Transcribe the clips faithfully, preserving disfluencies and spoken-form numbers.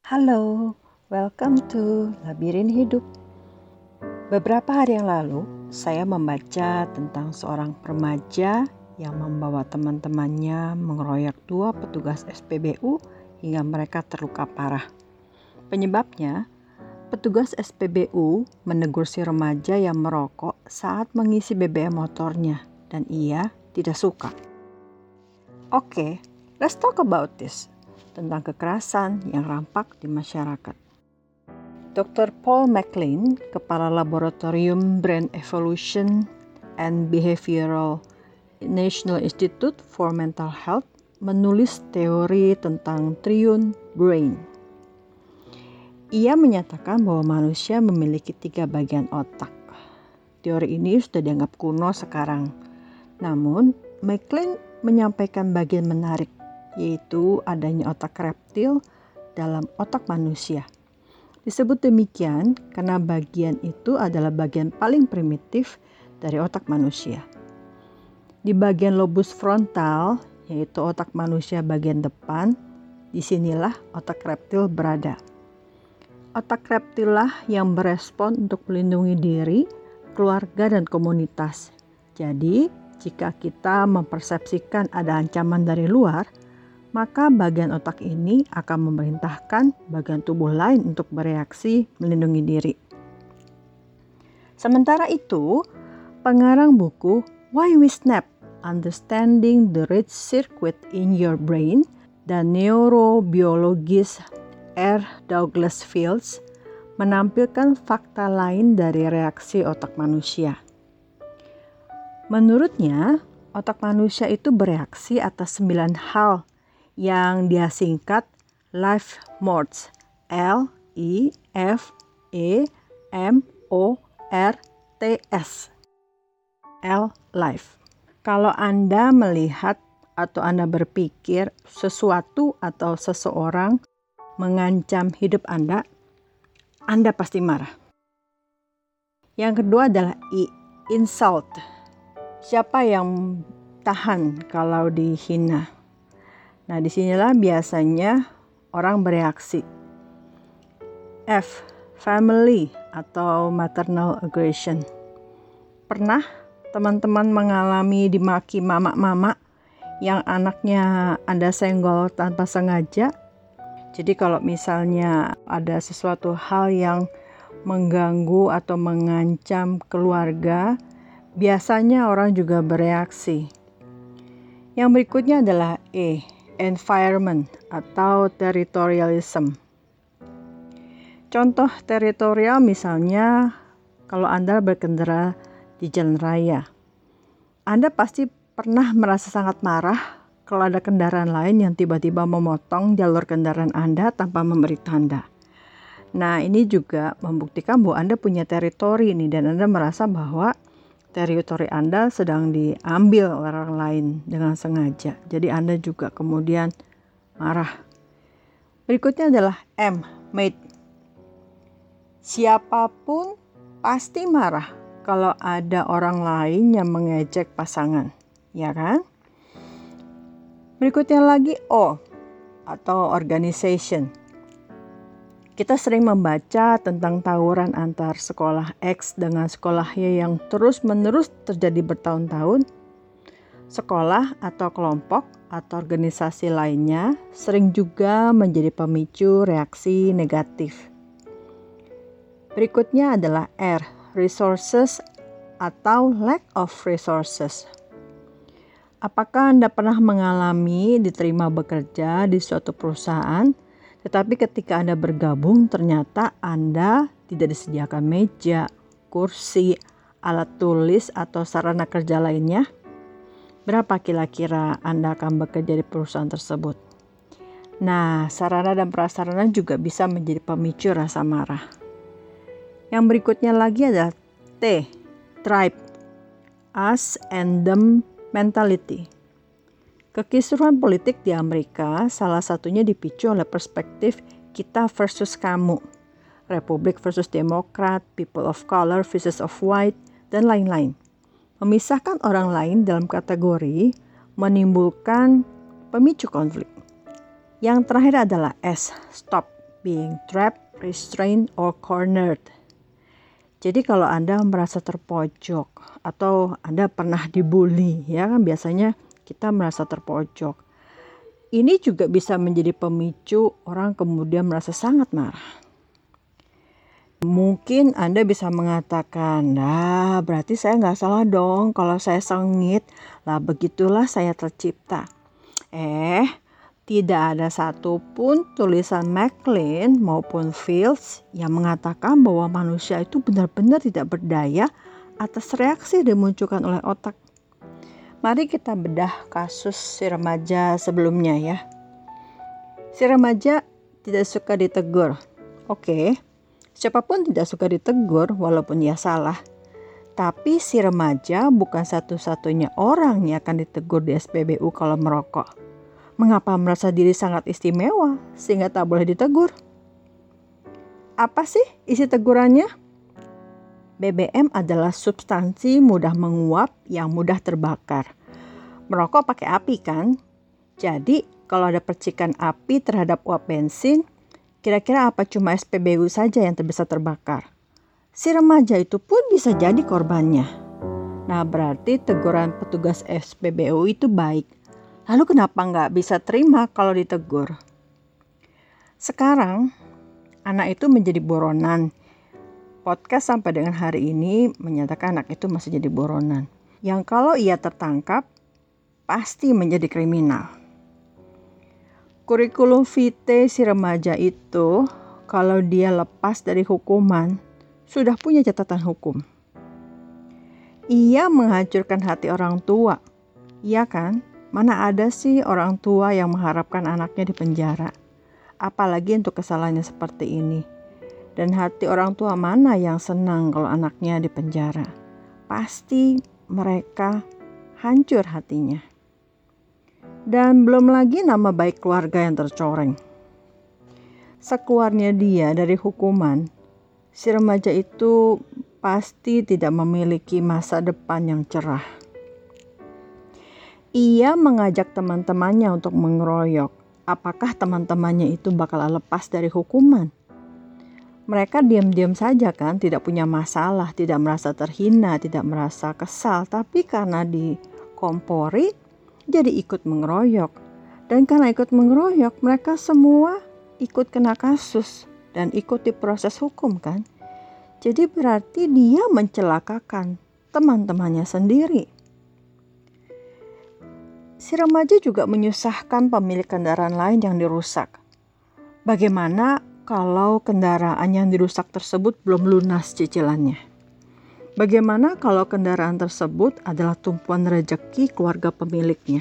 Halo, welcome to Labirin Hidup. Beberapa hari yang lalu, saya membaca tentang seorang remaja yang membawa teman-temannya mengeroyok dua petugas S P B U hingga mereka terluka parah. Penyebabnya, petugas S P B U menegur si remaja yang merokok saat mengisi B B M motornya dan ia tidak suka. Oke, okay, let's talk about this. Tentang kekerasan yang rampak di masyarakat. dokter Paul MacLean, Kepala Laboratorium Brain Evolution and Behavioral National Institute for Mental Health, menulis teori tentang triune brain. Ia menyatakan bahwa manusia memiliki tiga bagian otak. Teori ini sudah dianggap kuno sekarang. Namun, MacLean menyampaikan bagian menarik, yaitu adanya otak reptil dalam otak manusia. Disebut demikian karena bagian itu adalah bagian paling primitif dari otak manusia. Di bagian lobus frontal, yaitu otak manusia bagian depan, disinilah otak reptil berada. Otak reptil lah yang berespon untuk melindungi diri, keluarga, dan komunitas. Jadi, jika kita mempersepsikan ada ancaman dari luar, maka bagian otak ini akan memerintahkan bagian tubuh lain untuk bereaksi melindungi diri. Sementara itu, pengarang buku Why We Snap: Understanding the Rich Circuit in Your Brain dan neurobiologis R. Douglas Fields menampilkan fakta lain dari reaksi otak manusia. Menurutnya, otak manusia itu bereaksi atas sembilan hal yang dia singkat Life Modes, L I F E M O R T S. L Life. Kalau Anda melihat atau Anda berpikir sesuatu atau seseorang mengancam hidup Anda, Anda pasti marah. Yang kedua adalah I, insult. Siapa yang tahan kalau dihina? Nah, disinilah biasanya orang bereaksi. F, family atau maternal aggression. Pernah teman-teman mengalami dimaki mama-mama yang anaknya Anda senggol tanpa sengaja? Jadi kalau misalnya ada sesuatu hal yang mengganggu atau mengancam keluarga, biasanya orang juga bereaksi. Yang berikutnya adalah E, environment atau territorialism. Contoh teritorial misalnya kalau Anda berkendara di jalan raya. Anda pasti pernah merasa sangat marah kalau ada kendaraan lain yang tiba-tiba memotong jalur kendaraan Anda tanpa memberi tanda. Nah, ini juga membuktikan bahwa Anda punya teritori ini dan Anda merasa bahwa teritori Anda sedang diambil orang lain dengan sengaja. Jadi Anda juga kemudian marah. Berikutnya adalah M, mate. Siapapun pasti marah kalau ada orang lain yang mengejek pasangan, ya kan? Berikutnya lagi O, atau organization. Kita sering membaca tentang tawuran antar sekolah X dengan sekolah Y yang terus-menerus terjadi bertahun-tahun. Sekolah atau kelompok atau organisasi lainnya sering juga menjadi pemicu reaksi negatif. Berikutnya adalah R, resources atau lack of resources. Apakah Anda pernah mengalami diterima bekerja di suatu perusahaan, tetapi ketika Anda bergabung, ternyata Anda tidak disediakan meja, kursi, alat tulis, atau sarana kerja lainnya? Berapa kira-kira Anda akan bekerja di perusahaan tersebut? Nah, sarana dan prasarana juga bisa menjadi pemicu rasa marah. Yang berikutnya lagi adalah T, tribe, us and them mentality. Kekisruhan politik di Amerika salah satunya dipicu oleh perspektif kita versus kamu, Republik versus Demokrat, people of color versus of white, dan lain-lain. Memisahkan orang lain dalam kategori menimbulkan pemicu konflik. Yang terakhir adalah S, stop. being trapped, restrained, or cornered. Jadi kalau Anda merasa terpojok atau Anda pernah dibully, ya kan biasanya kita merasa terpojok. Ini juga bisa menjadi pemicu orang kemudian merasa sangat marah. Mungkin Anda bisa mengatakan, nah berarti saya nggak salah dong kalau saya sengit, lah begitulah saya tercipta. Eh, tidak ada satupun tulisan Maclean maupun Fields yang mengatakan bahwa manusia itu benar-benar tidak berdaya atas reaksi yang dimunculkan oleh otak. Mari kita bedah kasus si remaja sebelumnya ya. Si remaja tidak suka ditegur. Oke, siapapun tidak suka ditegur walaupun ia salah. Tapi si remaja bukan satu-satunya orang yang akan ditegur di S P B U kalau merokok. Mengapa merasa diri sangat istimewa sehingga tak boleh ditegur? Apa sih isi tegurannya? B B M adalah substansi mudah menguap yang mudah terbakar. Merokok pakai api kan? Jadi kalau ada percikan api terhadap uap bensin, kira-kira apa cuma S P B U saja yang bisa terbakar? Si remaja itu pun bisa jadi korbannya. Nah berarti teguran petugas S P B U itu baik. Lalu kenapa nggak bisa terima kalau ditegur? Sekarang anak itu menjadi buronan. Podcast sampai dengan hari ini menyatakan anak itu masih jadi buronan. Yang kalau ia tertangkap pasti menjadi kriminal. Kurikulum vitae si remaja itu kalau dia lepas dari hukuman sudah punya catatan hukum. Ia menghancurkan hati orang tua. Iya kan? Mana ada sih orang tua yang mengharapkan anaknya di penjara, apalagi untuk kesalahannya seperti ini. Dan hati orang tua mana yang senang kalau anaknya di penjara? Pasti mereka hancur hatinya. Dan belum lagi nama baik keluarga yang tercoreng. Sekeluarnya dia dari hukuman, si remaja itu pasti tidak memiliki masa depan yang cerah. Ia mengajak teman-temannya untuk mengeroyok. Apakah teman-temannya itu bakal lepas dari hukuman? Mereka diam-diam saja kan, tidak punya masalah, tidak merasa terhina, tidak merasa kesal. Tapi karena dikompori, jadi ikut mengeroyok. Dan karena ikut mengeroyok, mereka semua ikut kena kasus dan ikut diproses hukum kan. Jadi berarti dia mencelakakan teman-temannya sendiri. Si remaja juga menyusahkan pemilik kendaraan lain yang dirusak. Bagaimana kalau kendaraan yang dirusak tersebut belum lunas cicilannya? Bagaimana kalau kendaraan tersebut adalah tumpuan rezeki keluarga pemiliknya?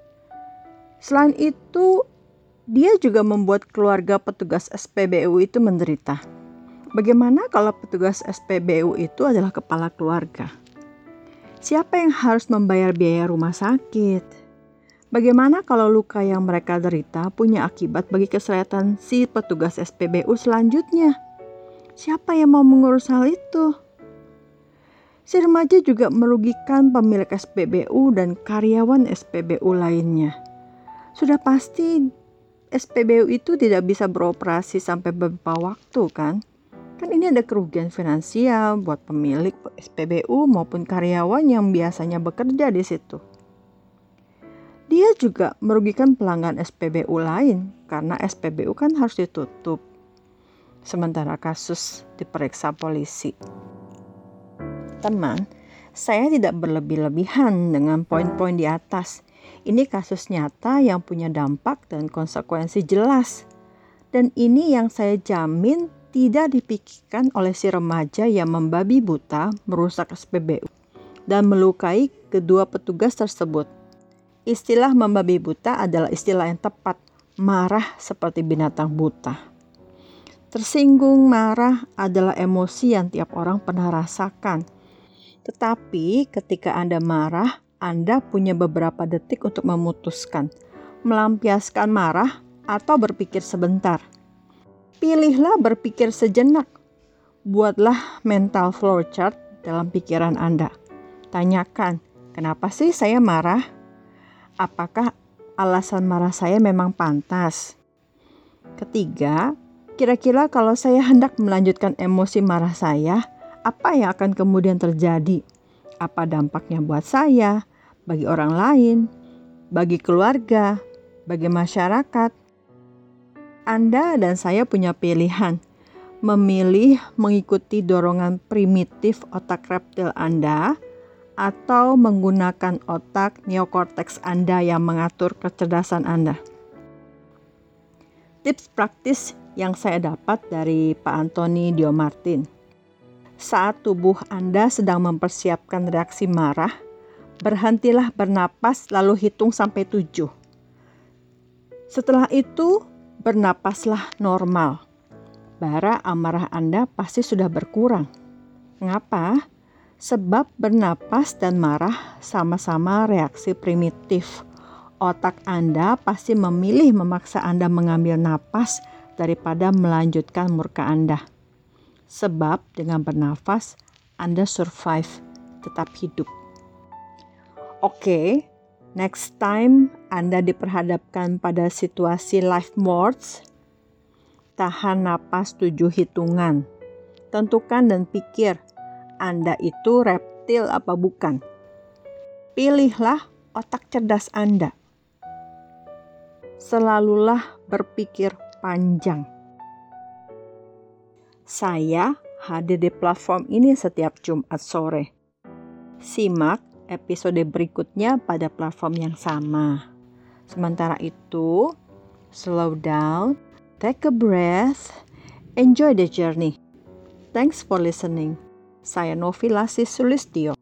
Selain itu, dia juga membuat keluarga petugas S P B U itu menderita. Bagaimana kalau petugas S P B U itu adalah kepala keluarga? Siapa yang harus membayar biaya rumah sakit? Bagaimana kalau luka yang mereka derita punya akibat bagi kesehatan si petugas S P B U selanjutnya? Siapa yang mau mengurus hal itu? Si remaja juga merugikan pemilik S P B U dan karyawan S P B U lainnya. Sudah pasti S P B U itu tidak bisa beroperasi sampai beberapa waktu kan? Kan ini ada kerugian finansial buat pemilik S P B U maupun karyawan yang biasanya bekerja di situ. Dia juga merugikan pelanggan S P B U lain karena S P B U kan harus ditutup. Sementara kasus diperiksa polisi. Teman, saya tidak berlebih-lebihan dengan poin-poin di atas. Ini kasus nyata yang punya dampak dan konsekuensi jelas. Dan ini yang saya jamin tidak dipikirkan oleh si remaja yang membabi buta merusak S P B U dan melukai kedua petugas tersebut. Istilah membabi buta adalah istilah yang tepat, marah seperti binatang buta. Tersinggung, marah adalah emosi yang tiap orang pernah rasakan. Tetapi ketika Anda marah, Anda punya beberapa detik untuk memutuskan, melampiaskan marah atau berpikir sebentar. Pilihlah berpikir sejenak. Buatlah mental flowchart dalam pikiran Anda. Tanyakan, kenapa sih saya marah? Apakah alasan marah saya memang pantas? Ketiga, Kira-kira kalau saya hendak melanjutkan emosi marah saya, apa yang akan kemudian terjadi? Apa dampaknya buat saya, bagi orang lain, bagi keluarga, bagi masyarakat? Anda dan saya punya pilihan, memilih mengikuti dorongan primitif otak reptil Anda atau menggunakan otak neokorteks Anda yang mengatur kecerdasan Anda. Tips praktis yang saya dapat dari Pak Anthony Diomartin. Saat tubuh Anda sedang mempersiapkan reaksi marah, berhentilah bernapas lalu hitung sampai tujuh. Setelah itu, bernapaslah normal. Bara amarah Anda pasti sudah berkurang. Mengapa? Sebab bernapas dan marah sama-sama reaksi primitif. Otak Anda pasti memilih memaksa Anda mengambil napas daripada melanjutkan murka Anda. Sebab dengan bernafas, Anda survive, tetap hidup. Oke, next time Anda diperhadapkan pada situasi life modes, tahan napas tujuh hitungan. Tentukan dan pikir, Anda itu reptil apa bukan? Pilihlah otak cerdas Anda. Selalulah berpikir panjang. Saya hadir di platform ini setiap Jumat sore. Simak episode berikutnya pada platform yang sama. Sementara itu, slow down, take a breath, enjoy the journey. Thanks for listening. Saya Novi Lasis Sulistyo.